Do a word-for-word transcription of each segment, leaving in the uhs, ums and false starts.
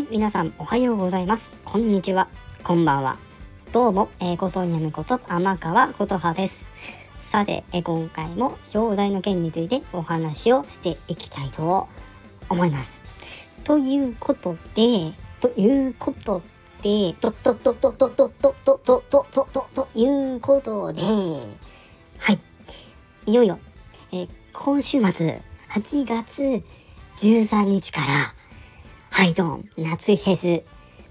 皆さんおはようございます。こんにちは、こんばんは。どうも、えー、ことにゃむこと天川ことはです。さて、えー、今回も表題の件についてお話をしていきたいと思います。ということで、ということで、ととととととととととととということで、はい、いよいよ、えー、今週末はちがつじゅうさんにちからハイドーン夏フェス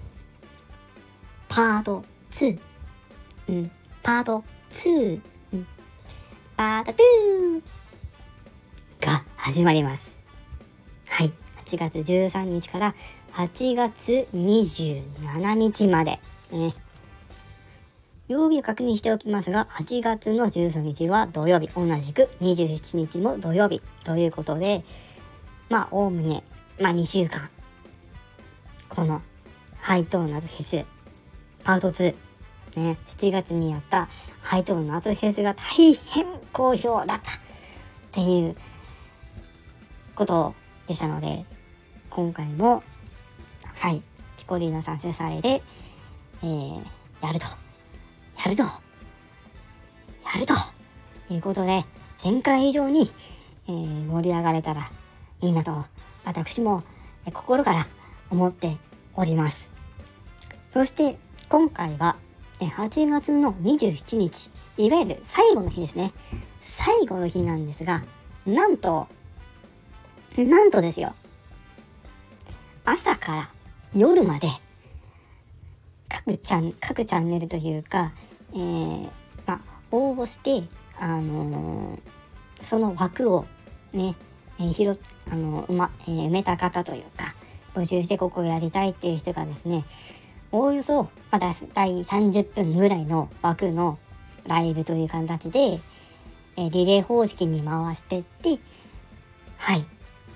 パートツー、うん、パートツー、うん、パートツーが始まります。はい、はちがつじゅうさんにちからはちがつにじゅうしちにちまで、ね、曜日を確認しておきますが、はちがつのじゅうさんにちは土曜日、同じくにじゅうしちにちも土曜日ということで、まあおおむね、まあにしゅうかん、このハイトーン夏フェスパートツー、ね、しちがつにやったハイトーン夏フェスが大変好評だったっていうことでしたので、今回もはいピコリーナさん主催で、えー、やるとやるとやるということで、前回以上に、えー、盛り上がれたらいいなと私も、えー、心から思っております。そして今回ははちがつのにじゅうしちにち、いわゆる最後の日ですね。最後の日なんですが、なんとなんとですよ、朝から夜まで各チャン各チャンネルというか、えー、まあ応募してあのー、その枠をね、えー、広あのー、まえー、埋めた方というか、募集してここをやりたいっていう人がですね、おおよそまだだいさんじゅっぷんぐらいの枠のライブという形で、えー、リレー方式に回してって、はい、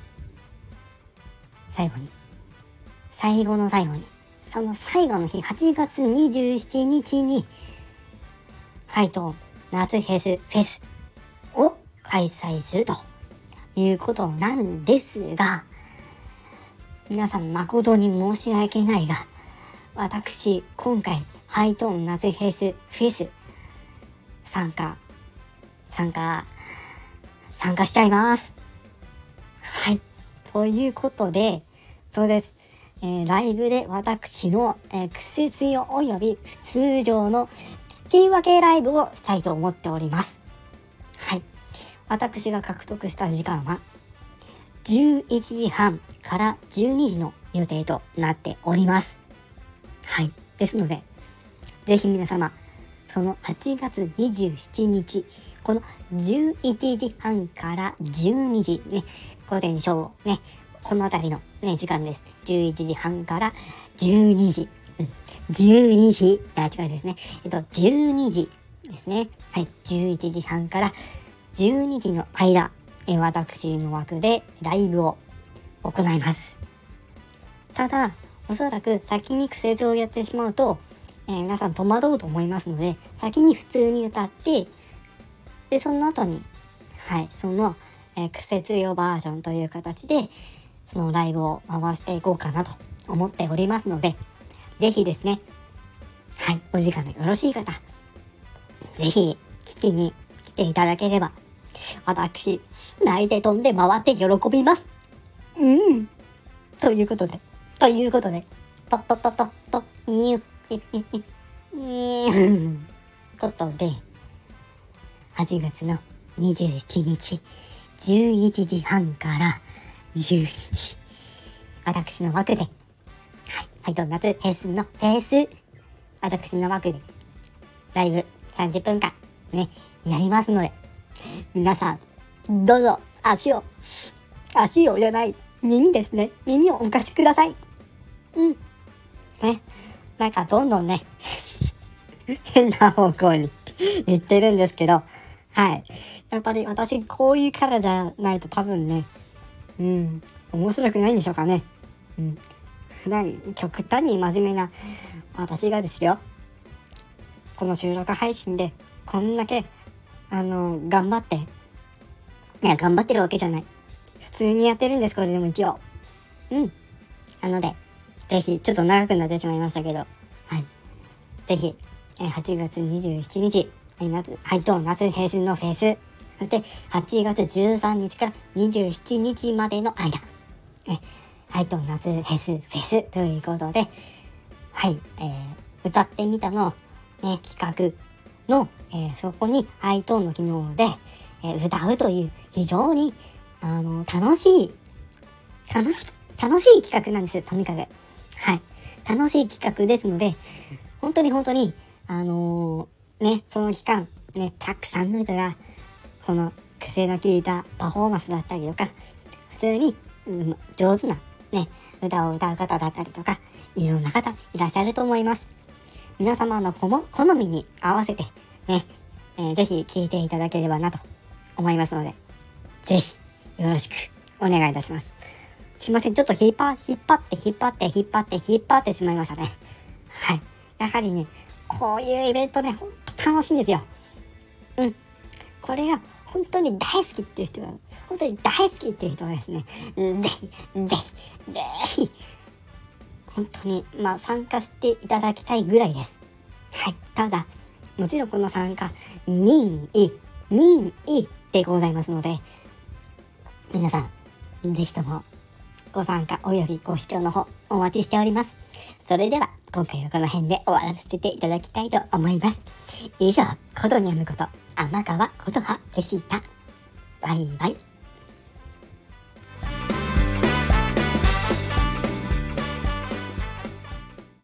最後に最後の最後にその最後の日、はちがつにじゅうしちにちにハイトーン夏フェスフェスを開催するということなんですが、皆さん誠に申し訳ないが、私今回ハイトーン夏フェスフェス参加参加参加しちゃいます。はい、ということで、そうです、えー、ライブで私の、えー、クセ強および通常の聞き分けライブをしたいと思っております。はい、私が獲得した時間はじゅういちじはんからじゅうにじの予定となっております。はい、ですのでぜひ皆様、そのはちがつにじゅうしちにち、このじゅういちじはんからじゅうにじね、午前正午ね、このあたりのね時間です。じゅういちじはんからじゅうにじ、うん、じゅうにじ、あ、違いですね。えっとじゅうにじですね。はい、じゅういちじはんからじゅうにじの間、え私の枠でライブを行います。ただおそらく先に苦節をやってしまうと、えー、皆さん戸惑うと思いますので、先に普通に歌って、でその後にはいその、えー、苦節用バージョンという形でそのライブを回していこうかなと思っておりますので、ぜひですね、はい、お時間のよろしい方、ぜひ聞きに来ていただければ、私泣いて飛んで回って喜びます。うんということでということでとっとっとっとっということで、はちがつのにじゅうしちにちじゅういちじはんからじゅうにじ、私の枠で、はい、ハイトーン夏フェスのフェス、私の枠でライブさんじゅっぷんかんねやりますので、皆さんどうぞ足を足をじゃない耳ですね、耳をお貸しください。うんね、なんかどんどんね変な方向に言ってるんですけど、はい、やっぱり私こういうキャラじゃないと多分ね、うん面白くないんでしょうかね。うん、普段極端に真面目な私がですよ、この収録配信でこんだけあの頑張って、いや頑張ってるわけじゃない、普通にやってるんです。これでも一応うんなのでぜひ、ちょっと長くなってしまいましたけど、はい。ぜひ、えー、はちがつにじゅうしちにち、えー、夏、ハイトーン夏フェスのフェス、そしてはちがつじゅうさんにちからにじゅうしちにちまでの間、えー、ハイトーン夏フェスフェスということで、はい、えー、歌ってみたの、ね、企画の、えー、そこにハイトーンの機能で、えー、歌うという非常に、あの、楽しい、楽しい、楽しい企画なんですよ、とにかく。はい。楽しい企画ですので、本当に本当に、あのー、ね、その期間、ね、たくさんの人が、この癖の効いたパフォーマンスだったりとか、普通に、うん、上手な、ね、歌を歌う方だったりとか、いろんな方いらっしゃると思います。皆様の好みに合わせて、ね、えー、ぜひ聴いていただければなと思いますので、ぜひよろしくお願いいたします。すいません、ちょっと引っ張、引っ張って引っ張って引っ張って引っ張ってしまいましたね。はい。やはりね、こういうイベントね、ほんと楽しいんですよ。うん。これが本当に大好きっていう人は、本当に大好きっていう人はですね、ぜひ、ぜひ、ぜひ、本当に、まあ、参加していただきたいぐらいです。はい。ただ、もちろんこの参加、任意、任意でございますので、皆さん、ぜひとも、ご参加およびご視聴の方、お待ちしております。それでは、今回はこの辺で終わらせていただきたいと思います。以上、ことにゃむこと、天川ことはでした。バイバイ。